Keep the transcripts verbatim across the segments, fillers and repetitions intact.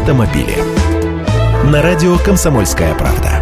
автомобили. На радио «Комсомольская правда».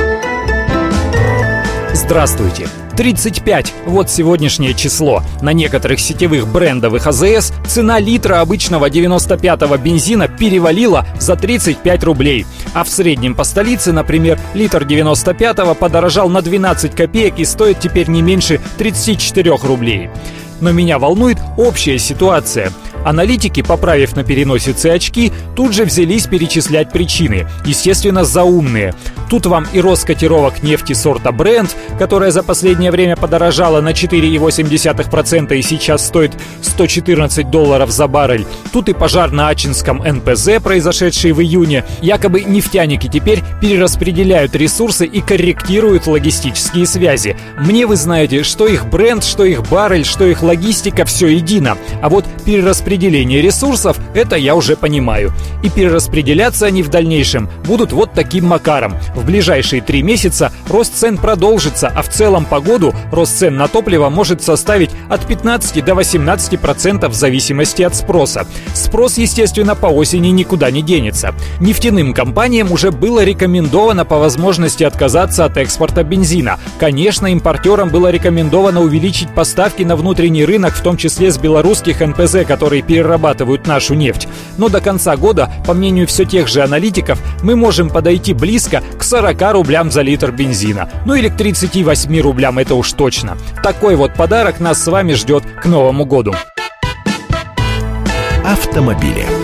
Здравствуйте. тридцать пять – вот сегодняшнее число. На некоторых сетевых брендовых АЗС цена литра обычного девяносто пятого бензина перевалила за тридцать пять рублей. А в среднем по столице, например, литр девяносто пятого подорожал на двенадцать копеек и стоит теперь не меньше тридцать четыре рублей. Но меня волнует общая ситуация. Аналитики, поправив на переносице очки, тут же взялись перечислять причины. Естественно, заумные. Тут вам и рост котировок нефти сорта Brent, которая за последнее время подорожала на четыре целых восемь десятых процента и сейчас стоит сто четырнадцать долларов за баррель. Тут и пожар на Ачинском эн пэ зэ, произошедший в июне. Якобы нефтяники теперь перераспределяют ресурсы и корректируют логистические связи. Мне, вы знаете, что их бренд, что их баррель, что их логистика — все едино. А вот перераспределение ресурсов — это я уже понимаю. И перераспределяться они в дальнейшем будут вот таким макаром. В ближайшие три месяца рост цен продолжится, а в целом по году рост цен на топливо может составить от пятнадцати до восемнадцати процентов в зависимости от спроса. Спрос, естественно, по осени никуда не денется. Нефтяным компаниям уже было рекомендовано по возможности отказаться от экспорта бензина. Конечно, импортерам было рекомендовано увеличить поставки на внутренний рынок, в том числе с белорусских эн пэ зэ, которые перерабатывают нашу нефть. Но до конца года, по мнению все тех же аналитиков, мы можем подойти близко к сорока рублям за литр бензина. Ну или к тридцати восьми рублям, это уж точно. Такой вот подарок нас с вами ждет к Новому году. Автомобили.